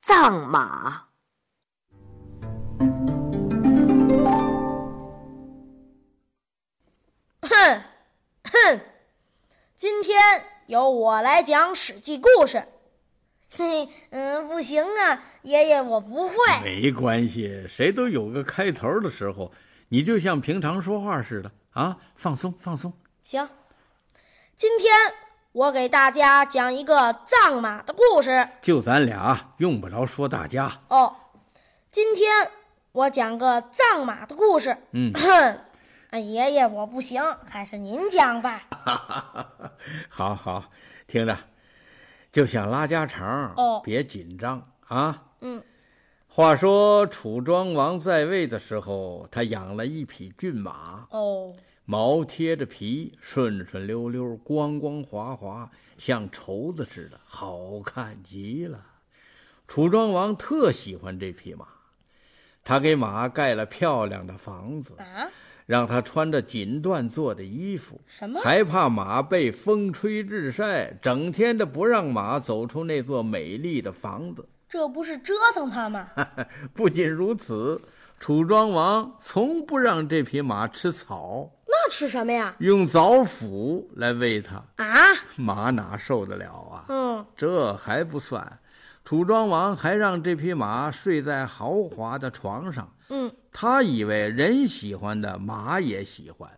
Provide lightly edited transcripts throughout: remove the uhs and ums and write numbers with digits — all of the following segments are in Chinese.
藏马。 今天由我来讲史记故事。不行啊，爷爷，我不会。 没关系，谁都有个开头的时候，你就像平常说话似的啊，放松放松。 行，今天我给大家讲一个藏马的故事。 就咱俩，用不着说大家。 哦，今天我讲个藏马的故事。爷爷，我不行，还是您讲吧。 好好听着，就想拉家常，别紧张啊。话说楚庄王在位的时候，他养了一匹骏马。毛贴着皮，顺顺溜溜，光光滑滑，像绸子似的，好看极了。楚庄王特喜欢这匹马，他给马盖了漂亮的房子，让他穿着锦缎做的衣服，还怕马被风吹日晒，整天的不让马走出那座美丽的房子。 这不是折腾他吗？ 不仅如此，楚庄王从不让这匹马吃草。 那吃什么呀？用枣脯来喂它。马哪受得了啊？这还不算，楚庄王还让这匹马睡在豪华的床上。他以为人喜欢的马也喜欢，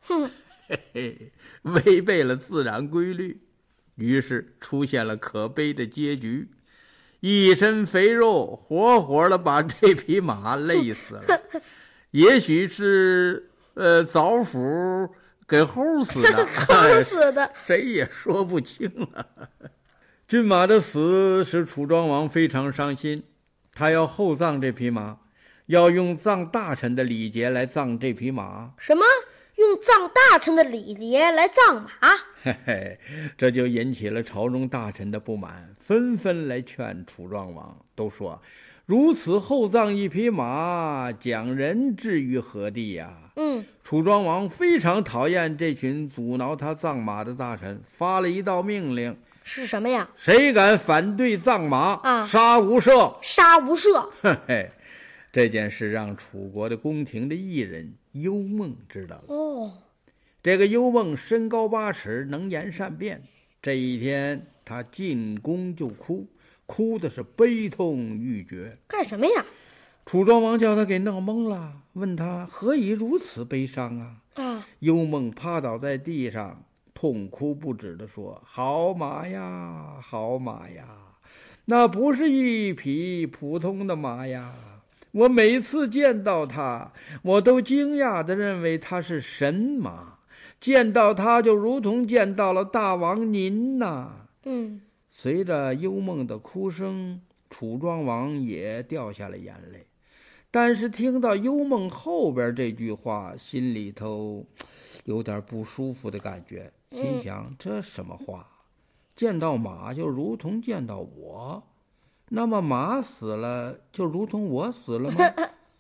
违背了自然规律，于是出现了可悲的结局，一身肥肉活活的把这匹马累死了。也许是枣脯给齁死的， 齁死的， 谁也说不清了。骏马的死使楚庄王非常伤心，他要厚葬这匹马，要用葬大臣的礼节来葬这匹马。 什么？用葬大臣的礼节来葬马？ 这就引起了朝中大臣的不满，纷纷来劝楚庄王，都说如此厚葬一匹马，将人置于何地呀？楚庄王非常讨厌这群阻挠他葬马的大臣，发了一道命令。 是什么呀？ 谁敢反对葬马，杀无赦！ 杀无赦！ 这件事让楚国的宫廷的艺人幽梦知道了。这个幽梦身高8尺，能言善辩。这一天他进宫就哭，哭的是悲痛欲绝。 干什么呀？ 楚庄王叫他给弄懵了，问他何以如此悲伤啊？幽梦趴倒在地上，痛哭不止地说：好马呀，好马呀，那不是一匹普通的马呀，我每次见到它，我都惊讶地认为它是神马，见到它就如同见到了大王您呐。随着幽梦的哭声，楚庄王也掉下了眼泪。但是听到幽梦后边这句话，心里头有点不舒服的感觉，心想这什么话？见到马就如同见到我，那么马死了就如同我死了吗？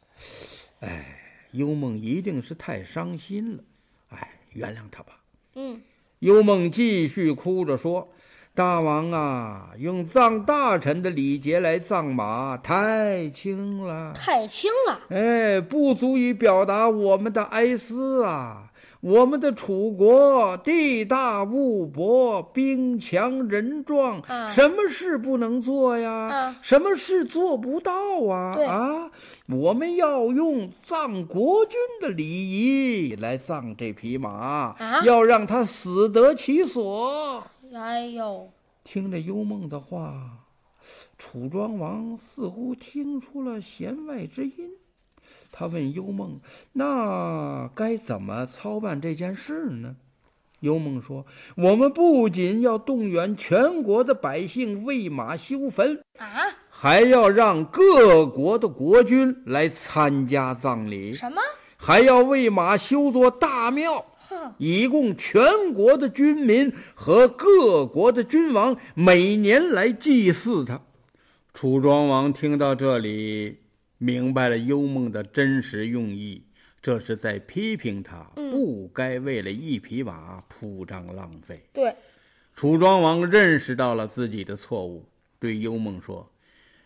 幽梦一定是太伤心了，原谅他吧。幽梦继续哭着说：大王啊，用葬大臣的礼节来葬马太轻了， 太轻了， 不足以表达我们的哀思啊。我们的楚国地大物博，兵强人壮，什么事不能做呀？什么事做不到啊？我们要用葬国君的礼仪来葬这匹马，要让他死得其所。听着幽梦的话，楚庄王似乎听出了弦外之音。他问幽梦：那该怎么操办这件事呢？幽梦说：我们不仅要动员全国的百姓为马修坟，还要让各国的国君来参加葬礼。 什么？ 还要为马修座大庙，以供全国的军民和各国的君王每年来祭祀他。楚庄王听到这里，明白了幽梦的真实用意，这是在批评他不该为了一匹马铺张浪费。 对， 楚庄王认识到了自己的错误，对幽梦说：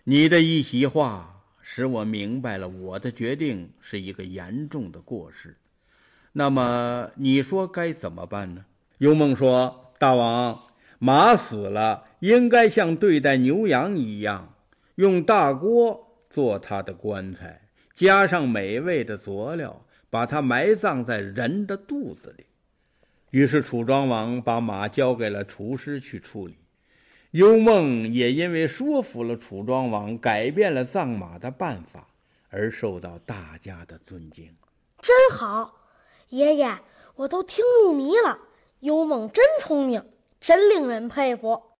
你的一席话使我明白了我的决定是一个严重的过失。那么你说该怎么办呢？幽梦说，大王，马死了应该像对待牛羊一样，用大锅做他的棺材，加上美味的佐料，把它埋葬在人的肚子里。于是楚庄王把马交给了厨师去处理。幽梦也因为说服了楚庄王改变了葬马的办法，而受到大家的尊敬。 真好，爷爷，我都听入迷了。幽梦真聪明，真令人佩服。